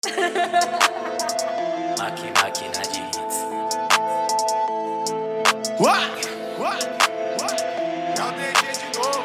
Máquina de hits. É o DG de novo.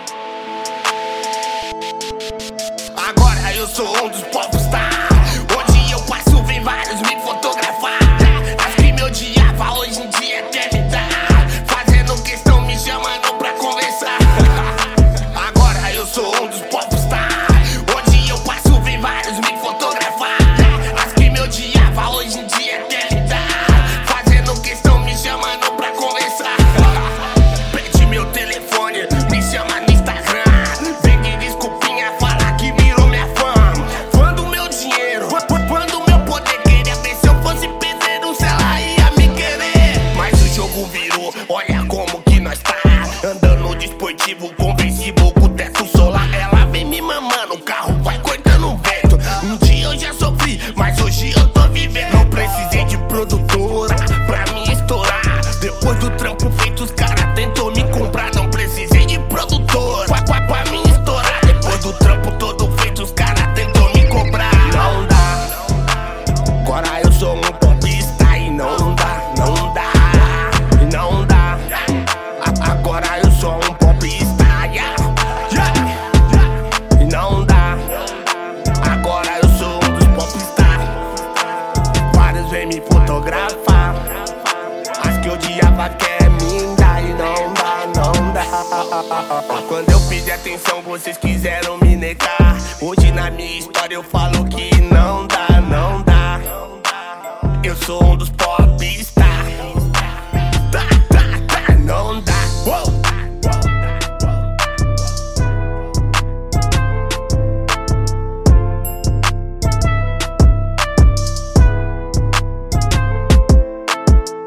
Agora eu sou um dos popstar. Onde eu passo, vem vários me fotografar. As que me odiava, hoje em dia quer me dar. Fazendo questão, me chamando pra conversar. Agora eu sou um dos popstar. Onde eu passo, vem vários me fotografar. As que me odiava, hoje em dia quer me dar. Fazendo questão, me chamando pra conversar. Pede meu telefone, me chama no Instagram. Vem de desculpinha, fala que virou minha fama. Quando meu dinheiro, quando meu poder queria ver se eu fosse pedreiro, se ela ia me querer. Mas o jogo virou, olha como que nós tá. Andando no desportivo, conversível com teto solar. Ela vem me mamando, o carro vai cortando o vento. Um dia eu já sofri, mas hoje eu tô vivendo. Não precisei de produtora pra me estourar. Depois do trampo feito, os caras tentou me comprar. Não precisei de produtora pra me estourar. Depois do trampo todo feito, os caras tentou me cobrar. Não dá, agora eu sou um popista e não dá, não dá, não dá. Agora eu sou um popista, yeah, yeah. E não dá, agora eu sou um dos popstars. Vários vêm me fotografar. As que odiava quer me dar e não dá, não dá. Quando eu pedi atenção, vocês quiseram me negar. Hoje na minha história eu falo